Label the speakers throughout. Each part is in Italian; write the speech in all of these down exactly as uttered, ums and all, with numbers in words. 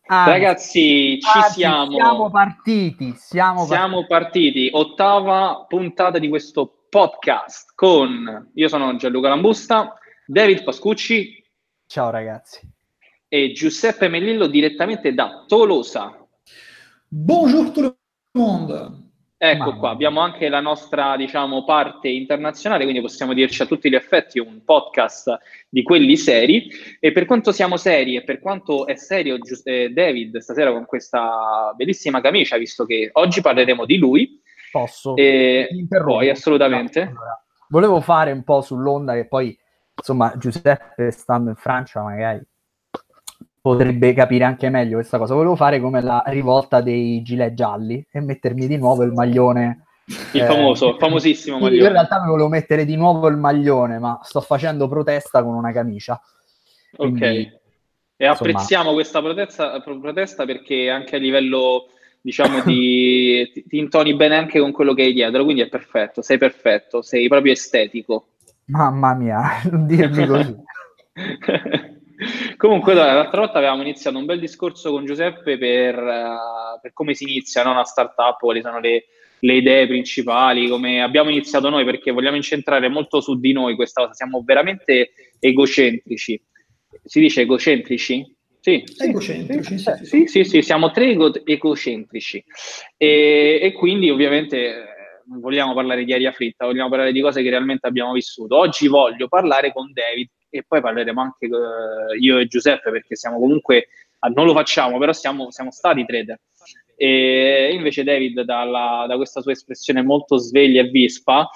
Speaker 1: Anzi,
Speaker 2: Ragazzi, ci
Speaker 1: anzi,
Speaker 2: siamo.
Speaker 1: siamo partiti, siamo,
Speaker 2: Siamo
Speaker 1: partiti.
Speaker 2: partiti. Ottava puntata di questo podcast con, io sono Gianluca Lambusta, David Pascucci
Speaker 1: Ciao ragazzi.
Speaker 2: e Giuseppe Melillo direttamente da Tolosa.
Speaker 3: Bonjour tout le monde.
Speaker 2: Ecco
Speaker 1: Mamma
Speaker 2: qua,
Speaker 1: mia.
Speaker 2: abbiamo anche la nostra, diciamo, parte internazionale, quindi possiamo dirci a tutti gli effetti un podcast di quelli seri. E per quanto siamo seri e per quanto è serio Gius- eh, David stasera con questa bellissima camicia, visto che oggi parleremo di lui,
Speaker 1: Posso?
Speaker 2: e
Speaker 1: Ti interrompo?
Speaker 2: poi assolutamente.
Speaker 1: No, allora, volevo fare un po' sull'onda che poi, insomma, Giuseppe stando in Francia magari potrebbe capire anche meglio questa cosa. Volevo fare come la rivolta dei gilet gialli e mettermi di nuovo il maglione.
Speaker 2: Il
Speaker 1: eh,
Speaker 2: famoso,
Speaker 1: mettermi-
Speaker 2: famosissimo
Speaker 1: Sì, io in
Speaker 2: maglione.
Speaker 1: realtà mi volevo mettere di nuovo il maglione, ma sto facendo protesta con una camicia. Quindi,
Speaker 2: Ok. E
Speaker 1: insomma,
Speaker 2: apprezziamo questa protesta, protesta perché anche a livello, diciamo, di ti, ti intoni bene anche con quello che hai dietro, quindi è perfetto, sei perfetto, sei proprio estetico.
Speaker 1: mamma mia, non dirmi così.
Speaker 2: Comunque, dai, l'altra volta avevamo iniziato un bel discorso con Giuseppe per, eh, per come si inizia, no, una startup, quali sono le, le idee principali, come abbiamo iniziato noi, perché vogliamo incentrare molto su di noi questa cosa, siamo veramente egocentrici. Si dice egocentrici? Sì, sì,
Speaker 3: Egocentrici,
Speaker 2: sì,
Speaker 3: sì, sì,
Speaker 2: sì,
Speaker 3: sì.
Speaker 2: sì, sì, siamo tre ego- egocentrici. E, e quindi ovviamente eh, non vogliamo parlare di aria fritta, vogliamo parlare di cose che realmente abbiamo vissuto. Oggi voglio parlare con David e poi parleremo anche eh, io e Giuseppe, perché siamo comunque, ah, non lo facciamo, però siamo, siamo stati trader. E invece David, dalla, da questa sua espressione molto sveglia e vispa,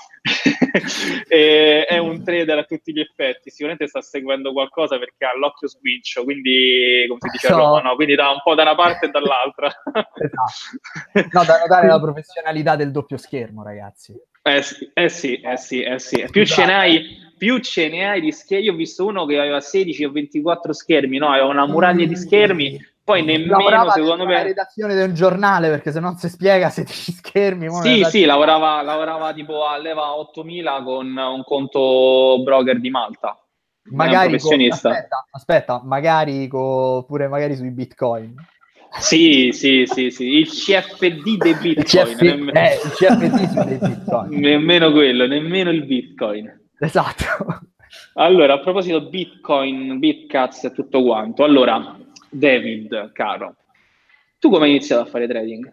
Speaker 2: e è un trader a tutti gli effetti. Sicuramente sta seguendo qualcosa perché ha l'occhio sguincio, quindi, come si dice a Roma,
Speaker 1: So...
Speaker 2: no? Quindi da un po' da una parte e dall'altra.
Speaker 1: Esatto. No, da notare la professionalità del doppio schermo, ragazzi.
Speaker 2: Eh sì, eh sì, eh sì, eh sì. Più ce ne hai, più ce ne hai di schermi. Io ho visto uno che aveva sedici o ventiquattro schermi, no? Aveva una muraglia di schermi, poi nemmeno,
Speaker 1: Lavorava
Speaker 2: secondo
Speaker 1: dentro la
Speaker 2: me...
Speaker 1: redazione di un giornale, perché se non si spiega sedici schermi. mo ne
Speaker 2: Sì,
Speaker 1: sa-
Speaker 2: sì, lavorava, lavorava tipo a leva ottomila con un conto broker di Malta. È un
Speaker 1: Magari co-
Speaker 2: professionista.
Speaker 1: aspetta, aspetta, magari co- pure magari sui bitcoin.
Speaker 2: Sì, sì, sì, sì. Il C F D dei
Speaker 1: Il
Speaker 2: Bitcoin.
Speaker 1: C F,
Speaker 2: nemm-
Speaker 1: eh, il C F D su dei bitcoin.
Speaker 2: Nemmeno quello, nemmeno il Bitcoin.
Speaker 1: Esatto.
Speaker 2: Allora, a proposito Bitcoin, Bitcats e tutto quanto. Allora, David, caro, tu come hai iniziato a fare trading?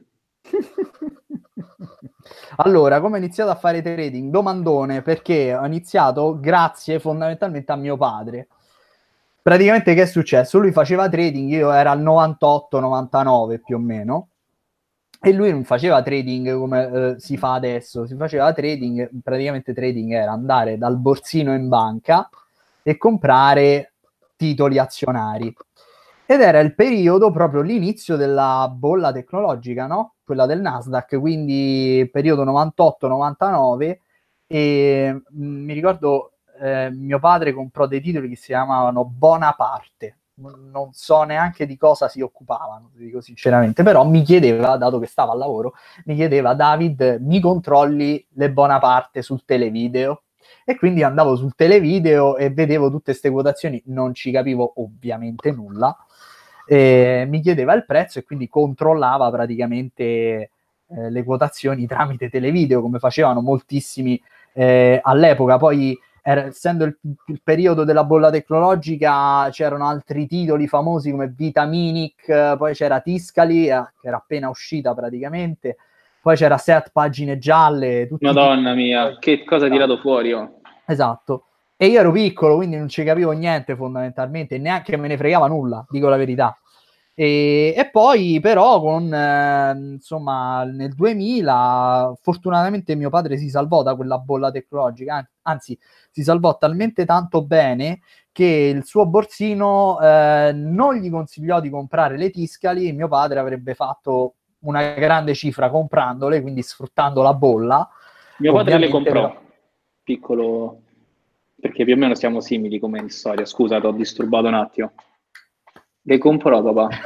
Speaker 1: Allora, come ho iniziato a fare trading? Domandone, perché ho iniziato grazie fondamentalmente a mio padre. Praticamente che è successo? Lui faceva trading, io era al novantotto novantanove più o meno, e lui non faceva trading come eh, si fa adesso, si faceva trading, praticamente trading era andare dal borsino in banca e comprare titoli azionari. Ed era il periodo proprio l'inizio della bolla tecnologica, no? Quella del Nasdaq, quindi periodo novantotto novantanove, e mh, mi ricordo eh, mio padre comprò dei titoli che si chiamavano Bonaparte. Non so neanche di cosa si occupavano, dico sinceramente, però mi chiedeva, dato che stava al lavoro, mi chiedeva: David, mi controlli le Bonaparte sul televideo? E quindi andavo sul televideo e vedevo tutte queste quotazioni, non ci capivo ovviamente nulla, e mi chiedeva il prezzo e quindi controllava praticamente eh, le quotazioni tramite televideo, come facevano moltissimi eh, all'epoca. Poi era, essendo il, il periodo della bolla tecnologica, c'erano altri titoli famosi come Vitaminic, poi c'era Tiscali, eh, che era appena uscita praticamente, poi c'era Set Pagine Gialle, tutti i
Speaker 2: Madonna
Speaker 1: titoli.
Speaker 2: mia,
Speaker 1: Poi,
Speaker 2: che cosa hai
Speaker 1: esatto.
Speaker 2: tirato fuori? Oh.
Speaker 1: Esatto. E io ero piccolo, quindi non ci capivo niente fondamentalmente, neanche me ne fregava nulla, dico la verità. E, e poi però con eh, insomma nel duemila fortunatamente mio padre si salvò da quella bolla tecnologica, anzi si salvò talmente tanto bene che il suo borsino eh, non gli consigliò di comprare le Tiscali, e mio padre avrebbe fatto una grande cifra comprandole, quindi sfruttando la bolla.
Speaker 2: Mio padre le
Speaker 1: Ovviamente però
Speaker 2: comprò, piccolo, perché più o meno siamo simili come storia. Scusa, ti ho disturbato un attimo. Le comprò, papà.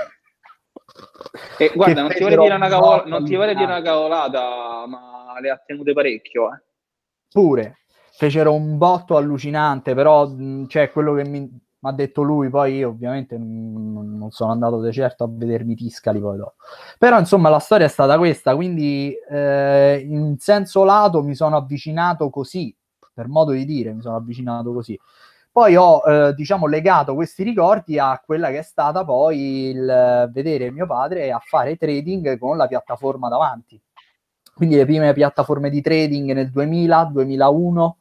Speaker 2: E
Speaker 1: che
Speaker 2: guarda, non ti vorrei
Speaker 1: fecero
Speaker 2: dire una
Speaker 1: un
Speaker 2: cavol-
Speaker 1: botto
Speaker 2: non ti vorrei dire una
Speaker 1: allucinante.
Speaker 2: cavolata, ma le ha tenute parecchio, eh.
Speaker 1: Pure fecero un botto allucinante, però mh, cioè quello che mi mi ha detto lui, poi io ovviamente non, non sono andato di certo a vedermi Tiscali poi dopo. Però insomma la storia è stata questa, quindi eh, in senso lato mi sono avvicinato così, per modo di dire, mi sono avvicinato così. Poi ho, eh, diciamo, legato questi ricordi a quella che è stata poi il vedere mio padre a fare trading con la piattaforma davanti. Quindi le prime piattaforme di trading nel duemila, duemilauno,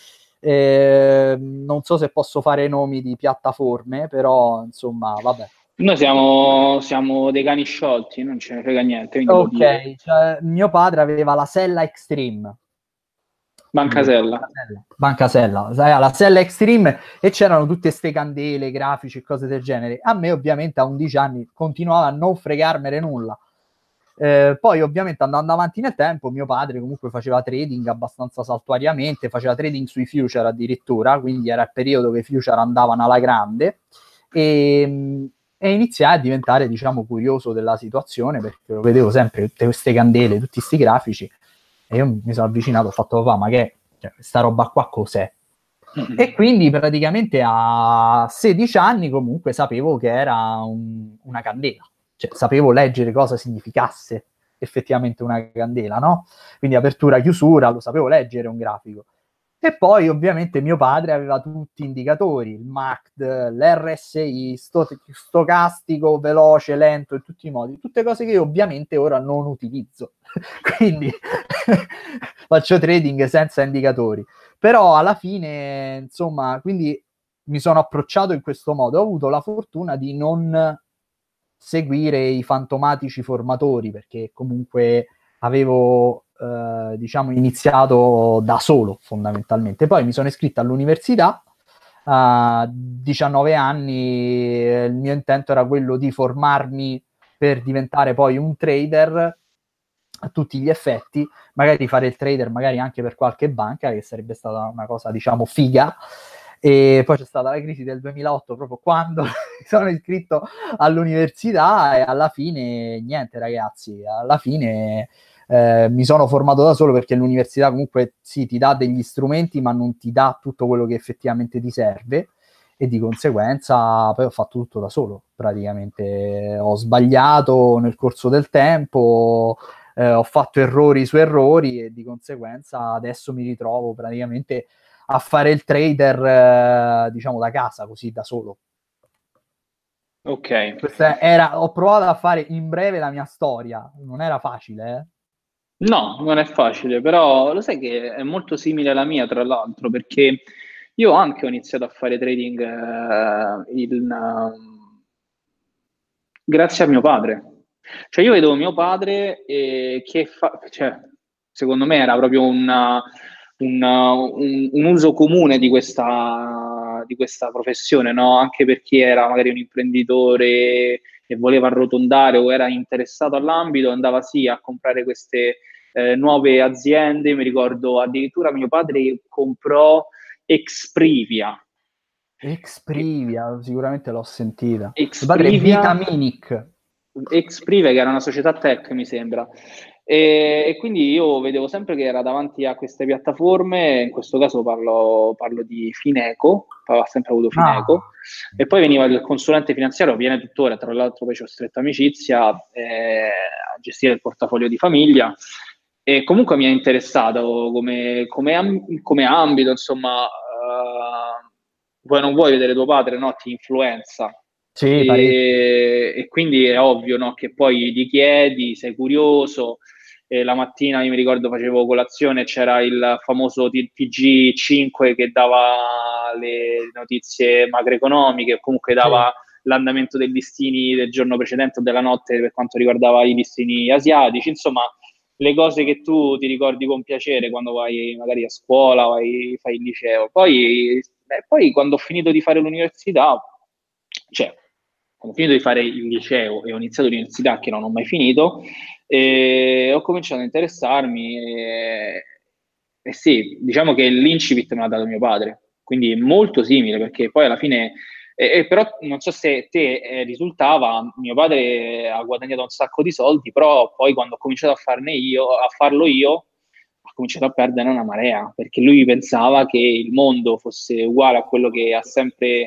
Speaker 1: eh, non so se posso fare nomi di piattaforme, però insomma, vabbè.
Speaker 2: Noi siamo, siamo dei cani sciolti, non ce ne frega niente, quindi può dire.
Speaker 1: Ok, cioè, mio padre aveva la Sella Extreme. Quindi,
Speaker 2: Bancasella.
Speaker 1: Bancasella, sai, la Sella Extreme, e c'erano tutte ste candele, grafici e cose del genere. A me ovviamente a undici anni continuava a non fregarmene nulla. Eh, poi ovviamente andando avanti nel tempo mio padre comunque faceva trading abbastanza saltuariamente, faceva trading sui future addirittura, quindi era il periodo che i future andavano alla grande, e, e iniziai a diventare, diciamo, curioso della situazione, perché lo vedevo sempre tutte queste candele, tutti questi grafici, e io mi sono avvicinato, ho fatto papà, ma che cioè, questa roba qua cos'è? Mm-hmm. E quindi praticamente a sedici anni comunque sapevo che era un, una candela, cioè sapevo leggere cosa significasse effettivamente una candela, no? Quindi apertura, chiusura, lo sapevo leggere un grafico. E poi ovviamente mio padre aveva tutti gli indicatori, il M A C D, l'R S I, sto, stocastico, veloce, lento, in tutti i modi, tutte cose che io ovviamente ora non utilizzo, quindi faccio trading senza indicatori. Però alla fine, insomma, quindi mi sono approcciato in questo modo, ho avuto la fortuna di non seguire i fantomatici formatori, perché comunque avevo eh, diciamo iniziato da solo fondamentalmente. Poi mi sono iscritto all'università a diciannove anni, il mio intento era quello di formarmi per diventare poi un trader a tutti gli effetti, magari fare il trader magari anche per qualche banca, che sarebbe stata una cosa diciamo figa. E poi c'è stata la crisi del duemilaotto, proprio quando mi sono iscritto all'università, e alla fine niente ragazzi, alla fine eh, mi sono formato da solo, perché l'università comunque sì, ti dà degli strumenti ma non ti dà tutto quello che effettivamente ti serve, e di conseguenza poi ho fatto tutto da solo praticamente. Ho sbagliato nel corso del tempo, eh, ho fatto errori su errori, e di conseguenza adesso mi ritrovo praticamente a fare il trader, eh, diciamo, da casa, così da solo.
Speaker 2: Ok.
Speaker 1: Questa era, ho provato a fare in breve la mia storia, non era facile, eh?
Speaker 2: No, non è facile, però lo sai che è molto simile alla mia, tra l'altro, perché io anche ho iniziato a fare trading eh, in, uh, grazie a mio padre. Cioè io vedo mio padre eh, che fa, cioè, secondo me era proprio una, una, un, un uso comune di questa, di questa professione, no? Anche per chi era magari un imprenditore e voleva arrotondare o era interessato all'ambito, andava sì a comprare queste eh, nuove aziende. Mi ricordo addirittura mio padre comprò Exprivia.
Speaker 1: Exprivia, sicuramente l'ho sentita. Mio padre è
Speaker 2: Exprivia,
Speaker 1: Vitaminic.
Speaker 2: Exprive, che era una società tech, mi sembra. E, e quindi io vedevo sempre che era davanti a queste piattaforme, in questo caso parlo, parlo di Fineco, ha sempre avuto Fineco,
Speaker 1: Ah.
Speaker 2: e poi veniva il consulente finanziario, viene tuttora, tra l'altro poi ho stretta amicizia eh, a gestire il portafoglio di famiglia, e comunque mi è interessato come, come, come ambito, insomma, uh, vuoi non vuoi vedere tuo padre, no? Ti influenza.
Speaker 1: Sì, parecchio.
Speaker 2: E, e quindi è ovvio, no, che poi gli chiedi, sei curioso. E la mattina io mi ricordo facevo colazione, c'era il famoso T G cinque che dava le notizie macroeconomiche, o comunque dava
Speaker 1: Sì.
Speaker 2: l'andamento dei listini del giorno precedente o della notte per quanto riguardava i listini asiatici. Insomma, le cose che tu ti ricordi con piacere quando vai magari a scuola, vai, fai il liceo. Poi, beh, poi quando ho finito di fare l'università, cioè, ho finito di fare il liceo e ho iniziato l'università che non ho mai finito, e ho cominciato a interessarmi e, e sì, diciamo che l'incipit me l'ha dato mio padre, quindi molto simile, perché poi alla fine, e, e però non so se te eh, risultava, mio padre ha guadagnato un sacco di soldi, però poi quando ho cominciato a farne io, a farlo io, ho cominciato a perdere una marea, perché lui pensava che il mondo fosse uguale a quello che ha sempre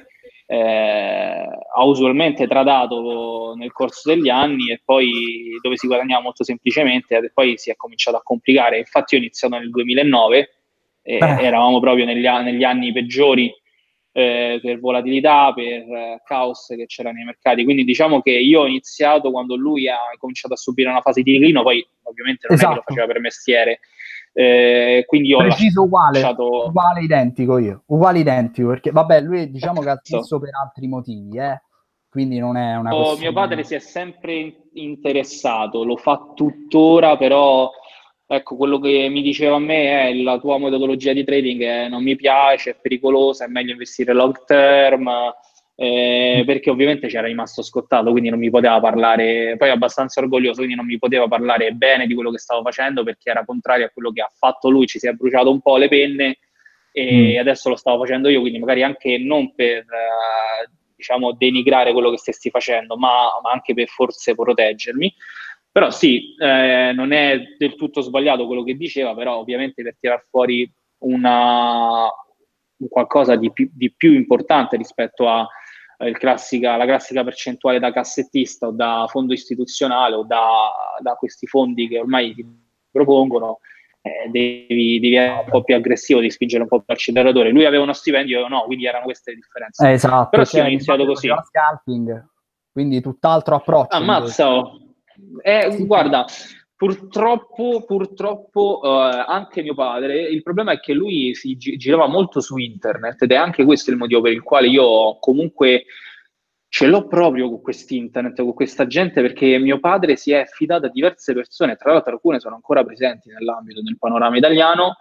Speaker 2: eh, ha usualmente tradato nel corso degli anni e poi dove si guadagnava molto semplicemente e poi si è cominciato a complicare. Infatti io ho iniziato nel duemilanove, e
Speaker 1: Eh.
Speaker 2: eravamo proprio negli, negli anni peggiori eh, per volatilità, per eh, caos che c'era nei mercati, quindi diciamo che io ho iniziato quando lui ha cominciato a subire una fase di declino, poi ovviamente non
Speaker 1: Esatto.
Speaker 2: è che lo faceva per mestiere, eh, quindi io ho
Speaker 1: preciso uguale,
Speaker 2: lasciato...
Speaker 1: uguale identico io, uguale identico, perché vabbè lui diciamo che ha
Speaker 2: Cazzo.
Speaker 1: smesso per altri motivi, eh? Quindi non è una
Speaker 2: Oh,
Speaker 1: questione...
Speaker 2: mio padre si è sempre interessato, lo fa tuttora, però ecco, quello che mi diceva a me è la tua metodologia di trading è, non mi piace, è pericolosa, è meglio investire long term, eh, perché ovviamente c'era rimasto scottato, quindi non mi poteva parlare, poi è abbastanza orgoglioso, quindi non mi poteva parlare bene di quello che stavo facendo perché era contrario a quello che ha fatto lui, ci si è bruciato un po' le penne e
Speaker 1: Mm.
Speaker 2: adesso lo stavo facendo io, quindi magari anche non per... Uh, diciamo, denigrare quello che stessi facendo, ma, ma anche per forse proteggermi. Però sì, eh, non è del tutto sbagliato quello che diceva, però ovviamente per tirar fuori una, un qualcosa di più, di più importante rispetto a eh, il classica, la classica percentuale da cassettista o da fondo istituzionale o da, da questi fondi che ormai ti propongono, eh, devi, devi essere un po' più aggressivo, devi spingere un po' più l'acceleratore. Lui aveva uno stipendio, io no, quindi erano queste le differenze.
Speaker 1: Eh, esatto,
Speaker 2: Però sì, ho
Speaker 1: cioè, mio
Speaker 2: iniziato
Speaker 1: padre
Speaker 2: così.
Speaker 1: faceva scalping, quindi tutt'altro approccio invece.
Speaker 2: Ammazza! oh. Eh,
Speaker 1: Sì,
Speaker 2: guarda, purtroppo, purtroppo eh, anche mio padre, il problema è che lui si gi- girava molto su internet ed è anche questo il motivo per il quale io comunque ce l'ho proprio con quest'internet, con questa gente, perché mio padre si è affidato a diverse persone, tra l'altro alcune sono ancora presenti nell'ambito del panorama italiano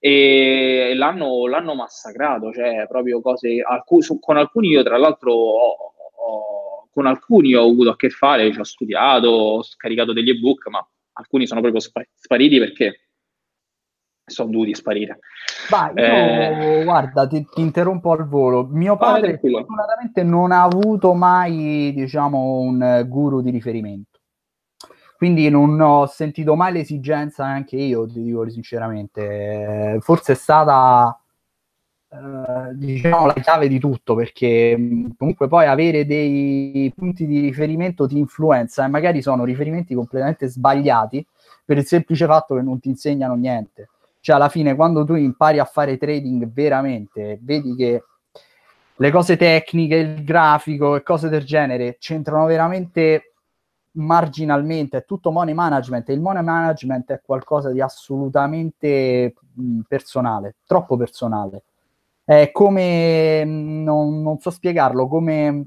Speaker 2: e l'hanno, l'hanno massacrato, cioè proprio cose, alcu- su- con alcuni io tra l'altro ho, ho- con alcuni ho avuto a che fare, ci ho studiato, ho scaricato degli ebook, ma alcuni sono proprio spa- spariti perché sono dovuti sparire.
Speaker 1: Bah,
Speaker 2: Eh,
Speaker 1: io guarda, ti, ti interrompo al volo. Mio
Speaker 2: vai
Speaker 1: padre
Speaker 2: tranquillo.
Speaker 1: fortunatamente non ha avuto mai, diciamo, un guru di riferimento. Quindi non ho sentito mai l'esigenza, neanche io, ti dico sinceramente. Forse è stata, eh, diciamo, la chiave di tutto, perché mh, comunque poi avere dei punti di riferimento ti influenza e magari sono riferimenti completamente sbagliati per il semplice fatto che non ti insegnano niente. Cioè alla fine quando tu impari a fare trading veramente, vedi che le cose tecniche, il grafico e cose del genere c'entrano veramente marginalmente, è tutto money management e il money management è qualcosa di assolutamente mh, personale, troppo personale. È come, mh, non, non so spiegarlo, come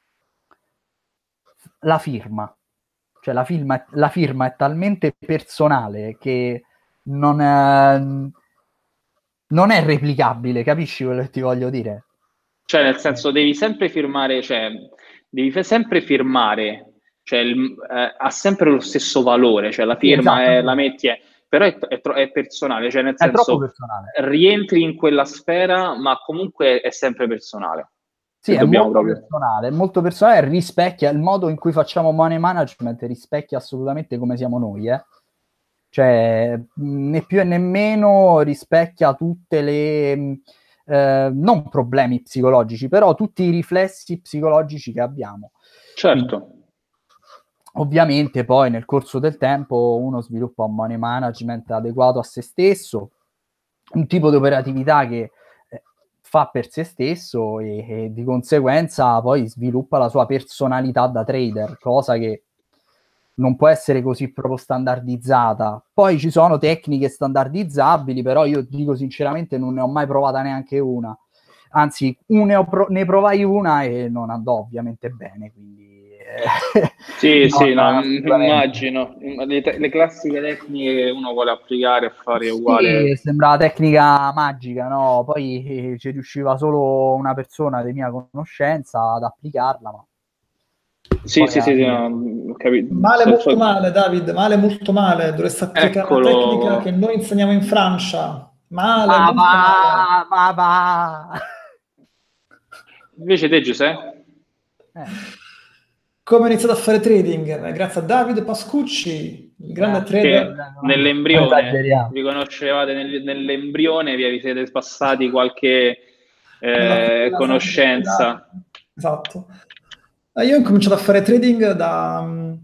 Speaker 1: la firma. Cioè la firma, la firma è talmente personale che non è, non è replicabile, capisci quello che ti voglio dire?
Speaker 2: Cioè, nel senso, devi sempre firmare, cioè, devi fe- sempre firmare, cioè, il- eh, ha sempre lo stesso valore, cioè la
Speaker 1: Sì,
Speaker 2: firma
Speaker 1: esatto,
Speaker 2: è, la metti, è, però è, è tro- è personale, cioè nel
Speaker 1: è troppo
Speaker 2: senso,
Speaker 1: personale.
Speaker 2: rientri in quella sfera, ma comunque è sempre personale,
Speaker 1: Sì,
Speaker 2: se
Speaker 1: è
Speaker 2: dobbiamo
Speaker 1: molto
Speaker 2: proprio...
Speaker 1: personale, è molto personale, rispecchia il modo in cui facciamo money management, rispecchia assolutamente come siamo noi, eh. Cioè, né più e nemmeno rispecchia tutte le, mh, eh, non problemi psicologici, però tutti i riflessi psicologici che abbiamo. Quindi,
Speaker 2: Certo.
Speaker 1: ovviamente poi nel corso del tempo uno sviluppa un money management adeguato a se stesso, un tipo di operatività che eh, fa per se stesso e, e di conseguenza poi sviluppa la sua personalità da trader, cosa che non può essere così proprio standardizzata. Poi ci sono tecniche standardizzabili, però io dico sinceramente non ne ho mai provata neanche una. Anzi, ne, pro- ne provai una e non andò ovviamente bene, quindi eh,
Speaker 2: Sì,
Speaker 1: no,
Speaker 2: sì, no,
Speaker 1: no, assolutamente.
Speaker 2: immagino. Le, te- le classiche tecniche che uno vuole applicare e fare
Speaker 1: Sì,
Speaker 2: uguale.
Speaker 1: sembra tecnica magica, no? Poi eh, ci riusciva solo una persona di mia conoscenza ad applicarla, ma
Speaker 2: Sì,
Speaker 1: poi
Speaker 2: sì,
Speaker 1: alla
Speaker 2: sì, sì,
Speaker 1: fine...
Speaker 2: no, ho capito.
Speaker 3: Male,
Speaker 2: So-
Speaker 3: molto
Speaker 2: so-
Speaker 3: male, David, male, molto male. Dovresti applicare una tecnica che
Speaker 2: Eccolo.
Speaker 3: noi insegniamo in Francia. Male,
Speaker 1: Ma
Speaker 3: molto male.
Speaker 1: va, ma va!
Speaker 2: Invece te, Giuseppe?
Speaker 1: Eh,
Speaker 3: Come ho iniziato a fare trading? Eh, Grazie a Davide Pascucci, il grande
Speaker 1: eh,
Speaker 2: Che
Speaker 3: trader.
Speaker 1: non non
Speaker 2: nell'embrione,
Speaker 1: esageriamo.
Speaker 2: vi conoscevate nel- nell'embrione, vi siete passati qualche
Speaker 3: Nella
Speaker 2: eh,
Speaker 3: culla siamo stati sfidati.
Speaker 2: conoscenza.
Speaker 3: Esatto. Eh, Io ho incominciato a fare trading da, mh,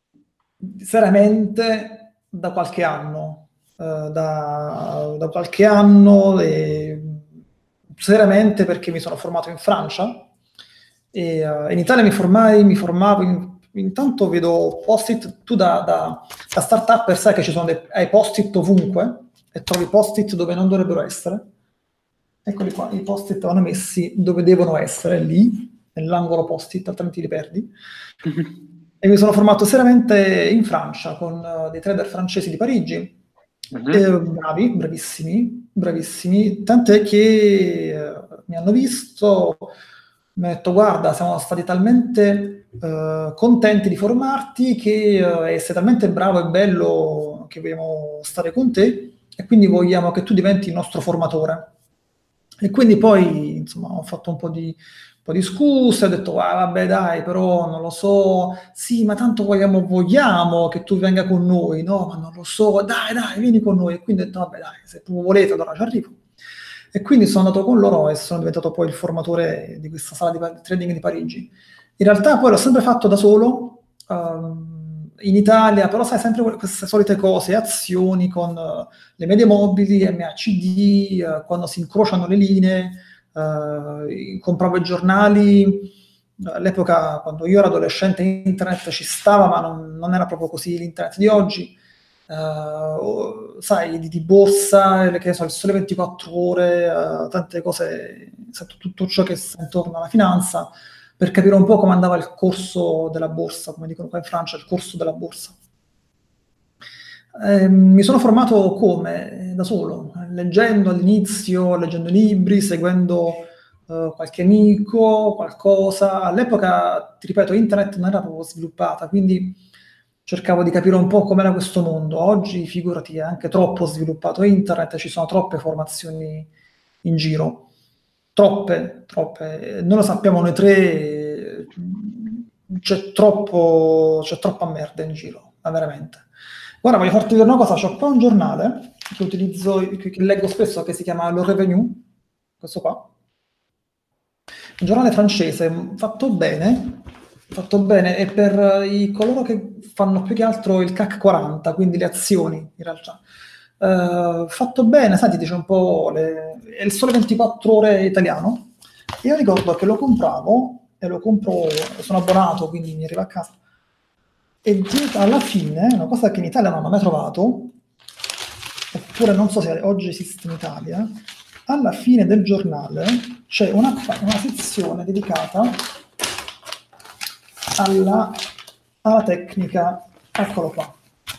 Speaker 3: seriamente da qualche anno. Eh, da, da qualche anno, e, seriamente perché mi sono formato in Francia e eh, in Italia mi formai, mi formavo, in- intanto vedo post-it, tu da, da, da startup sai che ci sono dei, hai post-it ovunque e trovi post-it dove non dovrebbero essere. Eccoli qua, i post-it vanno messi dove devono essere, lì, nell'angolo post-it, altrimenti li perdi. E mi sono formato seriamente in Francia con eh, dei trader francesi di Parigi,
Speaker 2: Mhm.
Speaker 3: eh, bravi, bravissimi, bravissimi, tant'è che eh, mi hanno visto, mi hanno detto guarda, siamo stati talmente eh, contenti di formarti che eh, sei talmente bravo e bello che vogliamo stare con te e quindi vogliamo che tu diventi il nostro formatore. E quindi poi, insomma, ho fatto un po' di, un po' di scuse, ho detto, "Ah, vabbè, dai, però non lo so, sì, ma tanto vogliamo, vogliamo che tu venga con noi, no, ma non lo so, dai, dai, vieni con noi." E quindi ho detto, vabbè, dai, se tu volete, allora ci arrivo. E quindi sono andato con loro e sono diventato poi il formatore di questa sala di pa- trading di Parigi. In realtà poi l'ho sempre fatto da solo, ehm, in Italia, però sai, sempre que- queste solite cose, azioni con eh, le medie mobili, M A C D, eh, quando si incrociano le linee, eh, compravo i giornali. Eh, All'epoca, quando io ero adolescente, internet ci stava, ma non, non era proprio così l'internet di oggi. Eh, o- sai, di, di borsa, le- che ne so, il Sole ventiquattro Ore, eh, tante cose, sai, tutto ciò che sta intorno alla finanza, per capire un po' come andava il corso della borsa, come dicono qua in Francia, il corso della borsa. Eh, mi sono formato come? Da solo, leggendo all'inizio, leggendo libri, seguendo eh, qualche amico, qualcosa. All'epoca, ti ripeto, internet non era proprio sviluppata, quindi cercavo di capire un po' com'era questo mondo. Oggi, figurati, è anche troppo sviluppato internet, ci sono troppe formazioni in giro. Troppe, troppe. Noi lo sappiamo noi tre, c'è troppo, c'è troppa merda in giro, ma veramente. Guarda, voglio farti vedere una cosa, c'ho qua un giornale che utilizzo, che, che leggo spesso, che si chiama Le Revenu, questo qua, un giornale francese fatto bene, fatto bene, e per i, coloro che fanno più che altro il C A C quaranta, quindi le azioni in realtà. Eh, fatto bene, sai, ti dice un po', le- è il Sole ventiquattro Ore italiano. Io ricordo che lo compravo, e lo compro, sono abbonato, quindi mi arriva a casa. E di- alla fine, una cosa che in Italia non ho mai trovato, oppure non so se oggi esiste in Italia, alla fine del giornale c'è una, una sezione dedicata alla, alla tecnica, eccolo qua,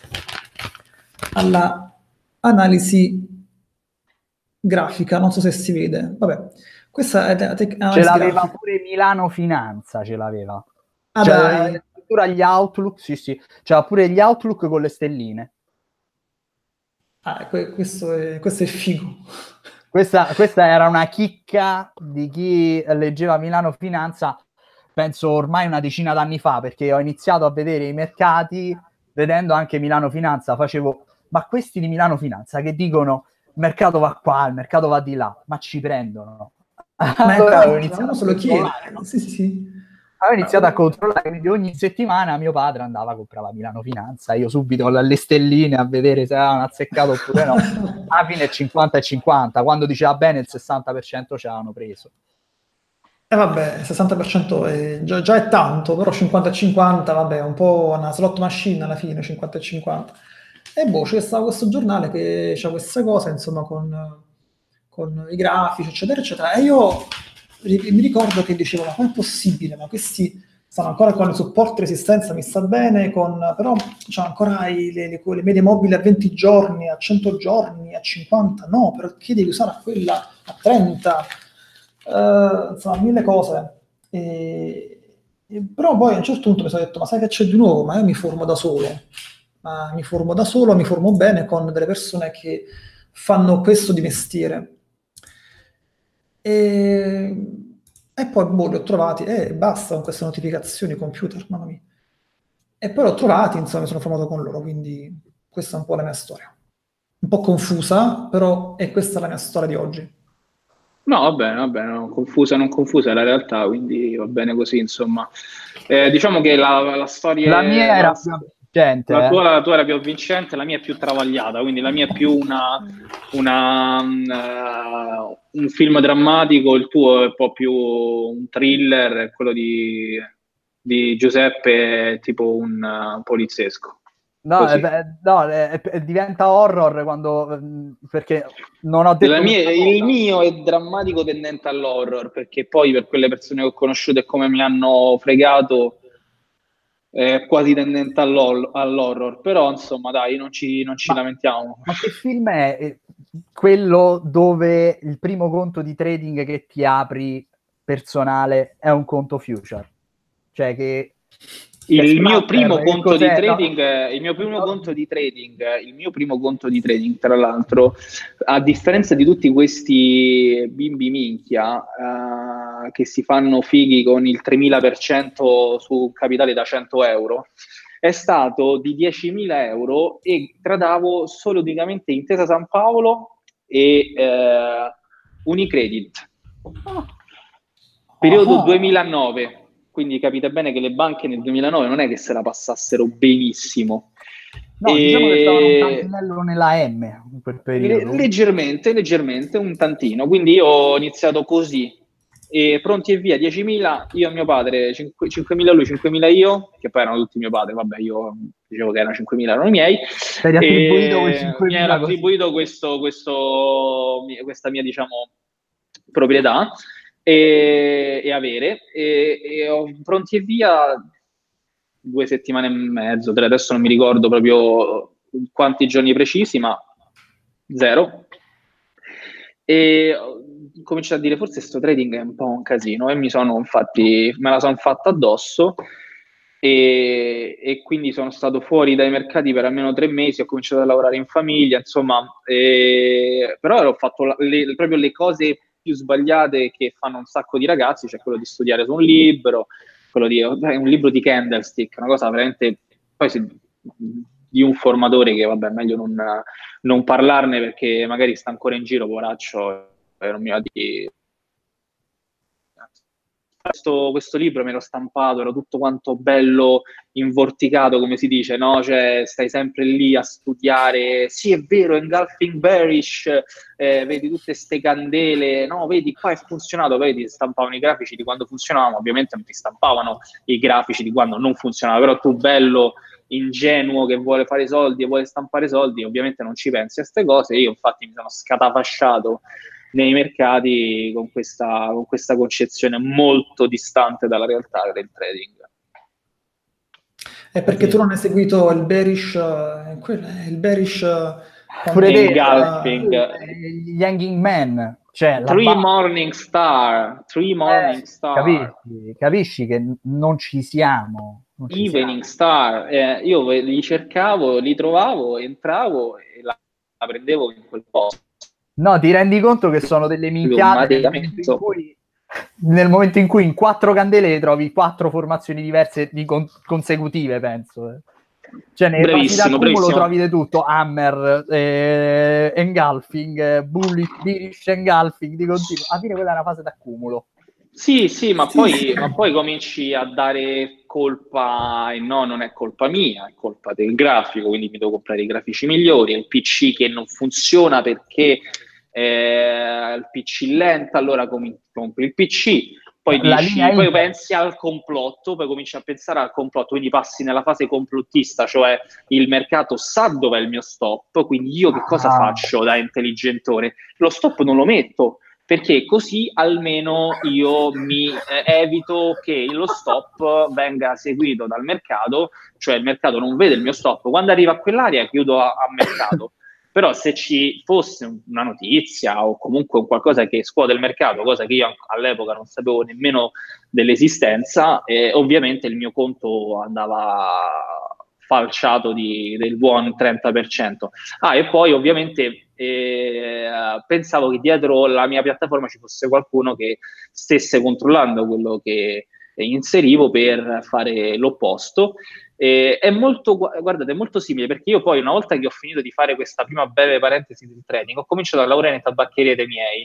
Speaker 3: alla analisi grafica, non so se si vede, vabbè, questa è la tec-
Speaker 1: Ce
Speaker 3: analisi
Speaker 1: l'aveva
Speaker 3: grafica.
Speaker 1: pure Milano Finanza, ce l'aveva.
Speaker 3: Ah
Speaker 1: Cioè,
Speaker 3: dai,
Speaker 1: addirittura gli Outlook, sì, sì, c'era pure gli Outlook con le stelline.
Speaker 3: ah, que- questo è, questo è figo.
Speaker 1: Questa, questa era una chicca di chi leggeva Milano Finanza, penso ormai una decina d'anni fa, perché ho iniziato a vedere i mercati vedendo anche Milano Finanza, facevo, ma questi di Milano Finanza che dicono il mercato va qua, il mercato va di là, ma ci prendono.
Speaker 3: Ma
Speaker 1: Allora avevo
Speaker 3: infatti, ma uno
Speaker 1: iniziato a
Speaker 3: se lo chiede.
Speaker 1: controllare, no?
Speaker 3: Sì, sì, sì.
Speaker 1: Avevo
Speaker 3: Ma,
Speaker 1: iniziato a controllare, quindi ogni settimana mio padre andava, comprava Milano Finanza, io subito alle stelline a vedere se avevano azzeccato oppure no. Alla fine cinquanta e cinquanta, quando diceva bene il sessanta per cento ce l'hanno preso.
Speaker 3: E vabbè, il sessanta per cento è, già, già è tanto, però cinquanta e cinquanta, vabbè, è un po' una slot machine alla fine, cinquanta e cinquanta. E boh, c'è stato questo giornale che c'ha queste cose, insomma, con, con i grafici, eccetera, eccetera. E io ri- mi ricordo che dicevo, ma com'è possibile? Ma questi stanno ancora con il supporto e resistenza, mi sta bene, con, però c'è ancora i- le, le- le medie mobili a venti giorni, a cento giorni, a cinquanta, no, perché devi usare quella a trenta? Eh, insomma, mille cose. E, e- però poi a un certo punto mi sono detto, ma sai che c'è di nuovo? Ma io mi formo da solo, ma mi formo da solo, mi formo bene con delle persone che fanno questo di mestiere. E, e poi boh, li ho trovati, e basta con queste notificazioni, computer, mamma mia. E poi l'ho trovati, insomma, mi sono formato con loro, quindi questa è un po' la mia storia. Un po' confusa, però è questa la mia storia di oggi.
Speaker 2: No, va bene, va bene, non confusa, non confusa è la realtà, quindi va bene così, insomma. Eh, diciamo che la, la storia,
Speaker 1: La mia
Speaker 2: è-
Speaker 1: era
Speaker 2: la,
Speaker 1: più avvincente,
Speaker 2: la
Speaker 1: eh.
Speaker 2: tua, la tua era più avvincente, la mia è più travagliata, quindi la mia è più una, una, mm, eh, un film drammatico, il tuo è un po' più un thriller, quello di, di Giuseppe è tipo un, uh, poliziesco.
Speaker 1: No, eh,
Speaker 2: Così.
Speaker 1: beh, no, eh, eh, diventa horror quando, mm, perché non ho
Speaker 2: La
Speaker 1: detto
Speaker 2: mia-
Speaker 1: questa
Speaker 2: il
Speaker 1: cosa.
Speaker 2: mio è drammatico tendente all'horror, perché poi per quelle persone che ho conosciuto e come mi hanno fregato è quasi tendente all'hor- all'horror, però insomma dai, non ci, non ci
Speaker 1: Ma,
Speaker 2: lamentiamo.
Speaker 1: ma che film è eh, quello dove il primo conto di trading che ti apri personale è un conto future? Cioè che, che è
Speaker 2: Il mio
Speaker 1: Splatter,
Speaker 2: primo
Speaker 1: che
Speaker 2: conto di
Speaker 1: cos'è? No.
Speaker 2: trading, eh, il mio primo conto di trading, eh, il mio primo conto di trading, tra l'altro, a differenza di tutti questi bimbi minchia, eh, che si fanno fighi con il tremila per cento su capitali da cento euro, è stato di diecimila euro e tradavo solo unicamente Intesa San Paolo e eh, Unicredit. Periodo
Speaker 3: Ah,
Speaker 2: duemilanove, quindi capite bene che le banche nel duemilanove non è che se la passassero benissimo.
Speaker 1: No, diciamo che stavano un
Speaker 2: E...
Speaker 1: tantinello nella M in quel
Speaker 2: le-
Speaker 1: periodo.
Speaker 2: leggermente, leggermente, un tantino. Quindi io ho iniziato così. E pronti e via, diecimila, io e mio padre, cinque- cinquemila lui, cinquemila io, che poi erano tutti mio padre, vabbè, io dicevo che erano cinquemila, erano i miei,
Speaker 1: Ti eri attribuito quei
Speaker 2: e mi era
Speaker 1: cinquemila così.
Speaker 2: attribuito questo, questo, questa mia, diciamo, proprietà e, e avere, e, e ho pronti e via due settimane e mezzo, tre, adesso non mi ricordo proprio quanti giorni precisi, ma zero. E ho cominciato a dire forse sto trading è un po' un casino e mi sono infatti me la sono fatta addosso e, e quindi sono stato fuori dai mercati per almeno tre mesi, ho cominciato a lavorare in famiglia, insomma, e, però ho fatto la- le, proprio le cose più sbagliate che fanno un sacco di ragazzi, cioè quello di studiare su un libro, quello di eh, un libro di Candlestick, una cosa veramente poi se, di un formatore che vabbè, meglio non, non parlarne perché magari sta ancora in giro, poraccio, e non mi va di questo, questo libro me l'ho stampato, era tutto quanto bello invorticato, come si dice, no? Cioè, stai sempre lì a studiare. Sì, è vero, Engulfing Bearish, eh, vedi tutte ste candele, no? Vedi, qua è funzionato, vedi, stampavano i grafici di quando funzionavano, ovviamente non ti stampavano i grafici di quando non funzionava, però tu bello ingenuo che vuole fare i soldi e vuole stampare soldi, ovviamente non ci pensi a queste cose. Io infatti mi sono scatafasciato nei mercati con questa, con questa concezione molto distante dalla realtà del trading.
Speaker 3: è perché tu non hai seguito il bearish, eh, quel- il bearish eh,
Speaker 1: Pure
Speaker 3: quando
Speaker 1: te,
Speaker 2: Engulfing,
Speaker 3: era...
Speaker 1: eh, gli Hanging Man, cioè la
Speaker 2: Three
Speaker 1: base.
Speaker 2: Morning Star, Three Morning
Speaker 1: Eh,
Speaker 2: Star,
Speaker 1: capisci, capisci che n- non ci siamo, non ci siamo.
Speaker 2: Evening Star, eh, io li cercavo, li trovavo, entravo e la, la prendevo in quel posto.
Speaker 1: No, ti rendi conto che sono delle minchiate nel momento in
Speaker 2: Automaticamente.
Speaker 1: cui, nel momento in cui in quattro candele trovi quattro formazioni diverse di con- consecutive, penso. eh. Cioè, nelle fasi
Speaker 2: Bravissimo,
Speaker 1: d'accumulo
Speaker 2: bravissimo.
Speaker 1: trovi di tutto, Hammer, eh, Engulfing, eh, Bullet, Bearish, Engulfing, di continuo. Alla fine quella è una fase d'accumulo.
Speaker 2: Sì, sì, ma
Speaker 3: Sì,
Speaker 2: poi,
Speaker 3: sì.
Speaker 2: ma poi cominci a dare colpa, e no, non è colpa mia, è colpa del grafico, quindi mi devo comprare i grafici migliori, è il P C che non funziona perché eh, il P C lento, allora com- compri il P C, poi
Speaker 1: La linea
Speaker 2: dici, poi
Speaker 1: Inter.
Speaker 2: pensi al complotto, poi cominci a pensare al complotto, quindi passi nella fase complottista, cioè il mercato sa dov'è il mio stop, quindi io che cosa
Speaker 1: Ah.
Speaker 2: faccio da intelligentore? Lo stop non lo metto perché così almeno io mi eh, evito che lo stop venga seguito dal mercato, cioè il mercato non vede il mio stop, quando arriva a quell'area chiudo a, a mercato. Però se ci fosse una notizia o comunque un qualcosa che scuote il mercato, cosa che io all'epoca non sapevo nemmeno dell'esistenza, eh, ovviamente il mio conto andava falciato di, del buon trenta per cento. Ah, e poi ovviamente eh, pensavo che dietro la mia piattaforma ci fosse qualcuno che stesse controllando quello che inserivo per fare l'opposto. Eh, è molto, guardate, è molto simile perché io poi una volta che ho finito di fare questa prima breve parentesi del trading ho cominciato a lavorare in tabaccheria dei miei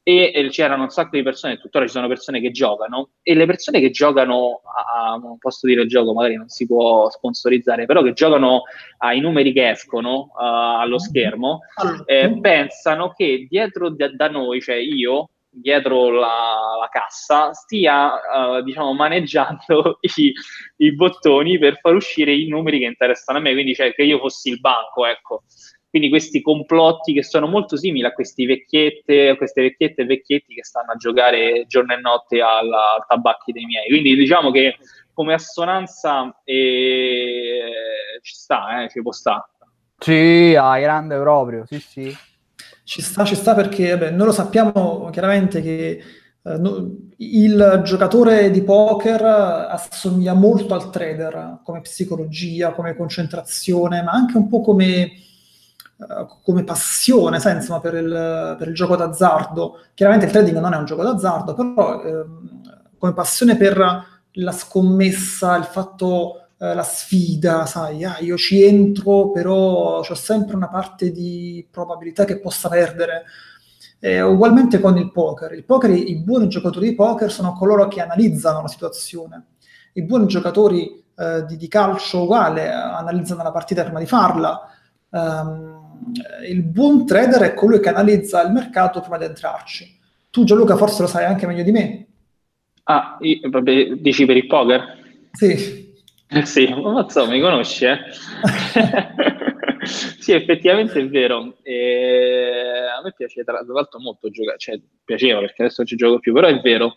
Speaker 2: e, e c'erano un sacco di persone, tuttora ci sono persone che giocano, e le persone che giocano a, a non posso dire il gioco, magari non si può sponsorizzare, però che giocano ai numeri che escono uh, allo schermo, eh, pensano che dietro da, da noi, cioè io, dietro la, la cassa, stia uh, diciamo maneggiando i, i bottoni per far uscire i numeri che interessano a me, quindi cioè che io fossi il banco, ecco. Quindi questi complotti che sono molto simili a questi vecchiette, a queste vecchiette e vecchietti che stanno a giocare giorno e notte al, al tabacchi dei miei. Quindi diciamo che come assonanza eh, ci sta, eh, ci può stare.
Speaker 1: Sì, a grande proprio, sì sì.
Speaker 3: Ci sta, ci sta perché vabbè, noi lo sappiamo chiaramente che eh, no, il giocatore di poker assomiglia molto al trader come psicologia, come concentrazione, ma anche un po' come, uh, come passione, sai, insomma, per il, per il gioco d'azzardo. Chiaramente il trading non è un gioco d'azzardo, però eh, come passione per la scommessa, il fatto... la sfida, sai, ah, io ci entro, però c'ho sempre una parte di probabilità che possa perdere. E ugualmente con il poker. Il poker, i buoni giocatori di poker sono coloro che analizzano la situazione. I buoni giocatori eh, di, di calcio uguale, analizzano la partita prima di farla. Um, il buon trader è colui che analizza il mercato prima di entrarci. Tu, Gianluca, forse lo sai anche meglio di me.
Speaker 2: Ah, io, vabbè, dici per il poker?
Speaker 3: Sì.
Speaker 2: Eh sì, ma insomma, mi conosci, eh? Sì, effettivamente è vero. E a me piace tra l'altro molto giocare, cioè piaceva perché adesso non ci gioco più, però è vero.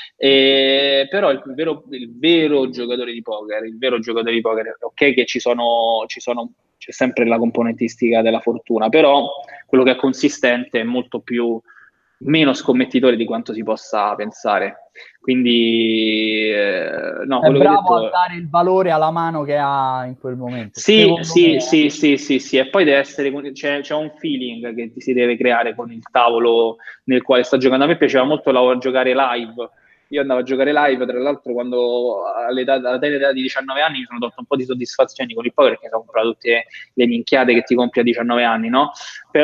Speaker 2: E, però il vero, il vero giocatore di poker, il vero giocatore di poker, ok che ci sono, ci sono, c'è sempre la componentistica della fortuna, però quello che è consistente è molto più meno scommettitore di quanto si possa pensare. Quindi eh, no,
Speaker 1: è
Speaker 2: quello
Speaker 1: bravo
Speaker 2: che hai detto
Speaker 1: a dare il valore alla mano che ha in quel momento.
Speaker 2: sì, sì,
Speaker 1: me...
Speaker 2: sì, sì, sì, sì, e poi deve essere c'è, c'è un feeling che si deve creare con il tavolo nel quale sta giocando. A me piaceva molto la, giocare live. Io andavo a giocare live, tra l'altro, quando all'età, all'età di diciannove anni mi sono tolto un po' di soddisfazioni con il poker perché ho comprato tutte le minchiate che ti compri a diciannove anni, no?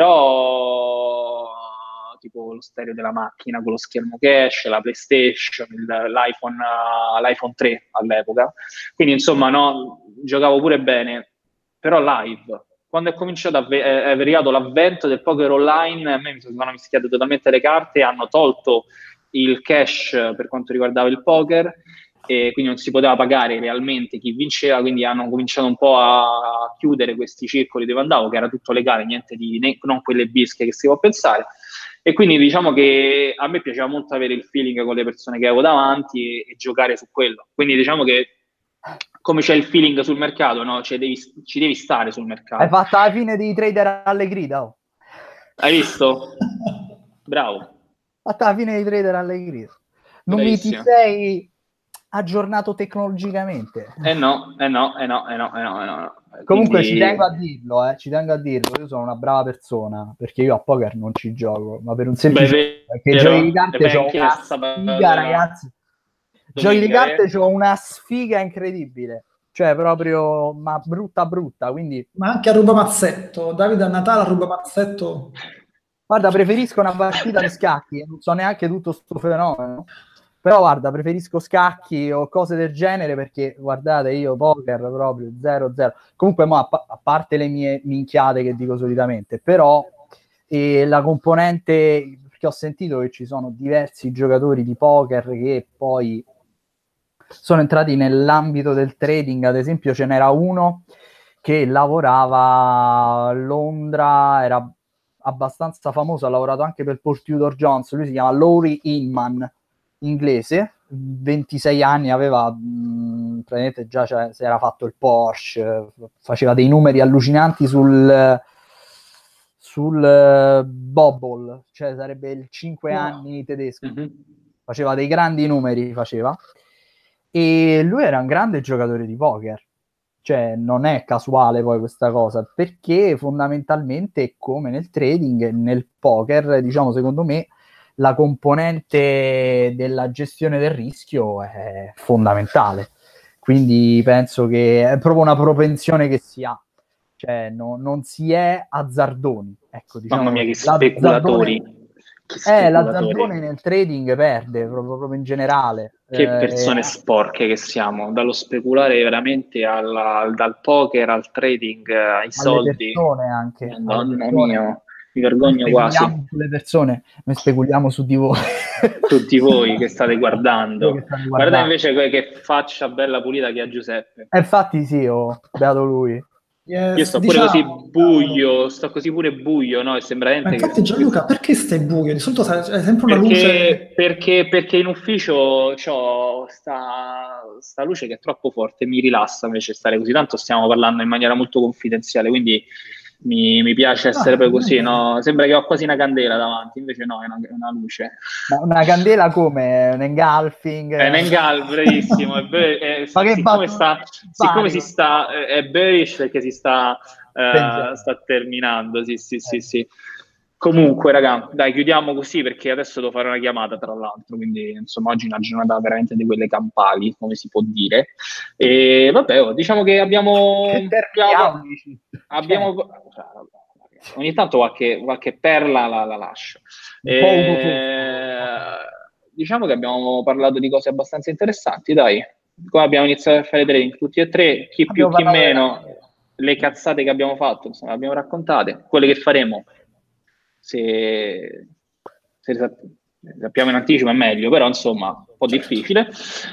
Speaker 2: Però tipo lo stereo della macchina con lo schermo cash, la PlayStation, il, l'iPhone, uh, l'iPhone tre all'epoca. Quindi insomma, no, giocavo pure bene, però live. Quando è cominciato, avve- è arrivato l'avvento del poker online, a me mi sono mischiate totalmente le carte, hanno tolto il cash per quanto riguardava il poker, e quindi non si poteva pagare realmente chi vinceva, quindi hanno cominciato un po' a chiudere questi circoli dove andavo, che era tutto legale, niente di né, non quelle bische che si può pensare. E quindi diciamo che a me piaceva molto avere il feeling con le persone che avevo davanti e, e giocare su quello. Quindi diciamo che come c'è il feeling sul mercato, no? Cioè devi, ci devi stare sul mercato.
Speaker 1: Hai fatto la fine di Trader alle grida, oh.
Speaker 2: Hai visto? Bravo.
Speaker 1: Hai fatto la fine di Trader alle grida. Non
Speaker 2: Bravissimo.
Speaker 1: mi ti sei aggiornato tecnologicamente.
Speaker 2: Eh no, eh no, eh no, eh no, eh no, eh no.
Speaker 1: Comunque
Speaker 2: Quindi...
Speaker 1: ci tengo a dirlo, eh, ci tengo a dirlo, io sono una brava persona, perché io a poker non ci gioco, ma per un semplice
Speaker 2: Beh,
Speaker 1: perché i giochi di carte c'ho una sfiga, ragazzi. Giochi di carte
Speaker 2: eh?
Speaker 1: c'ho una sfiga incredibile, cioè proprio, ma brutta brutta, quindi...
Speaker 3: Ma anche a rubamazzetto, Davide a Natale a rubamazzetto.
Speaker 1: Guarda, preferisco una partita di scacchi, non so neanche tutto sto fenomeno. Però guarda, preferisco scacchi o cose del genere perché, guardate, io poker proprio zero zero. Comunque, mo, a, pa- a parte le mie minchiate che dico solitamente, però eh, la componente, perché ho sentito che ci sono diversi giocatori di poker che poi sono entrati nell'ambito del trading. Ad esempio ce n'era uno che lavorava a Londra, era abbastanza famoso, ha lavorato anche per Paul Tudor Jones, lui si chiama Laurie Inman, inglese, ventisei anni, aveva mh, praticamente già cioè, si era fatto il Porsche, faceva dei numeri allucinanti sul sul uh, Bobble, cioè sarebbe il cinque
Speaker 3: Wow.
Speaker 1: anni tedesco,
Speaker 2: Mm-hmm.
Speaker 1: faceva dei grandi numeri, faceva, e lui era un grande giocatore di poker, cioè non è casuale poi questa cosa, perché fondamentalmente come nel trading, nel poker, diciamo, secondo me la componente della gestione del rischio è fondamentale, quindi penso che è proprio una propensione che si ha, cioè no, non si è azzardoni, ecco, diciamo.
Speaker 2: Mamma mia, che speculatori.
Speaker 1: Eh, l'azzardone nel trading perde, proprio, proprio in generale.
Speaker 2: Che
Speaker 1: eh,
Speaker 2: persone sporche che siamo, dallo speculare veramente alla, dal poker al trading, ai
Speaker 1: alle
Speaker 2: soldi.
Speaker 1: persone anche.
Speaker 2: Madonna
Speaker 1: alle persone.
Speaker 2: mia, mi vergogno
Speaker 1: noi
Speaker 2: quasi.
Speaker 1: Speculiamo sulle persone, noi speculiamo su di voi.
Speaker 2: Tutti voi che state guardando.
Speaker 1: Che state
Speaker 2: Guarda invece que- che faccia bella pulita che ha Giuseppe.
Speaker 1: Eh, infatti sì, oh, beato lui.
Speaker 3: Yes,
Speaker 2: Io sto
Speaker 3: diciamo,
Speaker 2: pure così buio, sto così pure buio, no? E sembra
Speaker 3: ma
Speaker 2: niente
Speaker 3: infatti
Speaker 2: che...
Speaker 3: Gianluca, perché stai buio? Di solito sai- hai sempre una
Speaker 2: Perché,
Speaker 3: luce...
Speaker 2: perché, perché in ufficio c'ho sta, sta luce che è troppo forte, mi rilassa invece stare così, tanto stiamo parlando in maniera molto confidenziale, quindi mi, mi piace essere
Speaker 3: Ah,
Speaker 2: poi così,
Speaker 3: bene.
Speaker 2: no? Sembra che ho quasi una candela davanti, invece no, è una, è una luce.
Speaker 1: Ma una candela come? Un engulfing?
Speaker 2: È un engal, bravissimo, è be- è-
Speaker 1: Ma che
Speaker 2: siccome,
Speaker 1: battuta
Speaker 2: sta, siccome si sta, è bearish perché si sta, eh, sta terminando, sì, sì, sì, sì. Comunque, raga, dai, chiudiamo così perché adesso devo fare una chiamata, tra l'altro, quindi insomma oggi è una giornata veramente di quelle campali, come si può dire. E vabbè, oh, diciamo che abbiamo... abbiamo, abbiamo cioè, ogni tanto qualche, qualche perla la, la lascio. E, diciamo che abbiamo parlato di cose abbastanza interessanti, dai. Qua abbiamo iniziato a fare trading tutti e tre, chi più, chi meno, le cazzate che abbiamo fatto, insomma, le abbiamo raccontate, quelle che faremo. Se, se le sappiamo in anticipo è meglio, però insomma un po' difficile.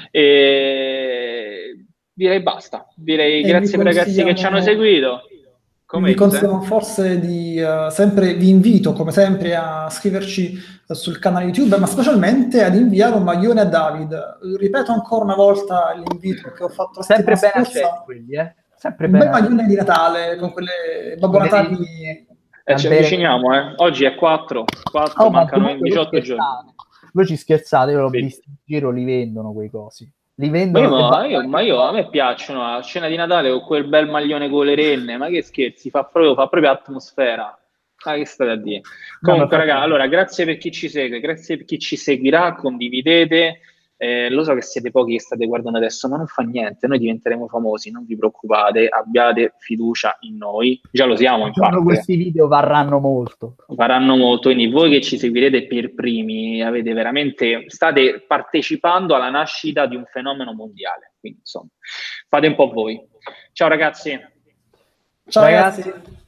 Speaker 2: E direi basta. Direi
Speaker 3: E
Speaker 2: grazie per i ragazzi che ci hanno seguito.
Speaker 3: Come vi consigliamo forse di uh, sempre, vi invito come sempre a scriverci uh, sul canale YouTube, ma specialmente ad inviare un maglione a David. Ripeto ancora una volta l'invito che ho fatto la
Speaker 1: sempre
Speaker 3: settimana
Speaker 1: bene
Speaker 3: scorsa.
Speaker 1: Quelli, eh? Sempre
Speaker 3: un
Speaker 1: bene
Speaker 3: bel maglione di Natale con quelle Babbo Natali.
Speaker 2: Eh, ci avviciniamo, eh. Oggi è quattro, quattro
Speaker 1: oh,
Speaker 2: mancano
Speaker 1: ma
Speaker 2: diciotto giorni.
Speaker 1: Voi ci scherzate, io l'ho visto in giro, li vendono quei cosi. Li vendono.
Speaker 2: Ma io, io, ma io a me piacciono a cena di Natale con quel bel maglione con le renne, ma che scherzi, fa proprio, fa proprio atmosfera. Ma che state a dire? Comunque, raga, allora, grazie per chi ci segue, grazie per chi ci seguirà, condividete. Eh, lo so che siete pochi che state guardando adesso, ma non fa niente, noi diventeremo famosi, non vi preoccupate, abbiate fiducia in noi, già lo siamo in parte.
Speaker 1: Questi video varranno molto.
Speaker 2: Varranno molto, quindi voi che ci seguirete per primi avete veramente, state partecipando alla nascita di un fenomeno mondiale, quindi insomma, fate un po' voi. Ciao ragazzi.
Speaker 3: Ciao ragazzi.